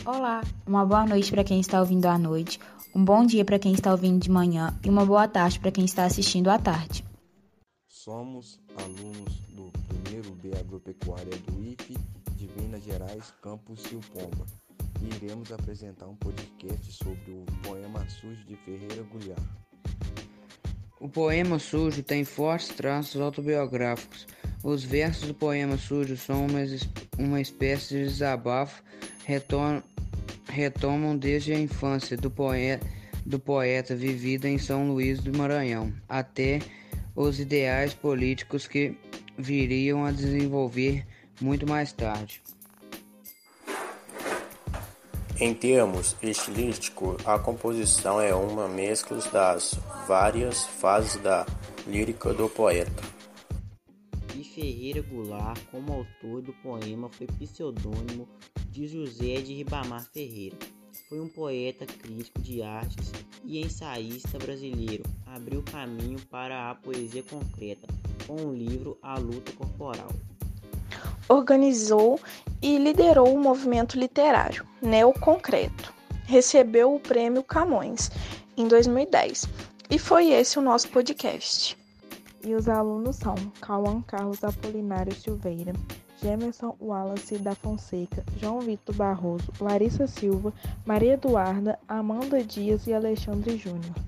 Olá, uma boa noite para quem está ouvindo à noite, um bom dia para quem está ouvindo de manhã e uma boa tarde para quem está assistindo à tarde. Somos alunos do primeiro B Agropecuária do IFE de Minas Gerais, Campus Rio Pomba, e iremos apresentar um podcast sobre o poema Sujo de Ferreira Goulart. O poema Sujo tem fortes traços autobiográficos. Os versos do poema Sujo são uma espécie de desabafo, retomam desde a infância do poeta vivida em São Luís do Maranhão, até os ideais políticos que viriam a desenvolver muito mais tarde. Em termos estilísticos, a composição é uma mescla das várias fases da lírica do poeta. E Ferreira Goulart, como autor do poema, foi pseudônimo de José de Ribamar Ferreira. Foi um poeta crítico de artes e ensaísta brasileiro. Abriu caminho para a poesia concreta com o livro A Luta Corporal. Organizou e liderou o movimento literário neoconcreto. Recebeu o Prêmio Camões em 2010 e foi esse o nosso podcast. E os alunos são Cauã Carlos Apolinário Silveira, Gemerson Wallace da Fonseca, João Vitor Barroso, Larissa Silva, Maria Eduarda, Amanda Dias e Alexandre Júnior.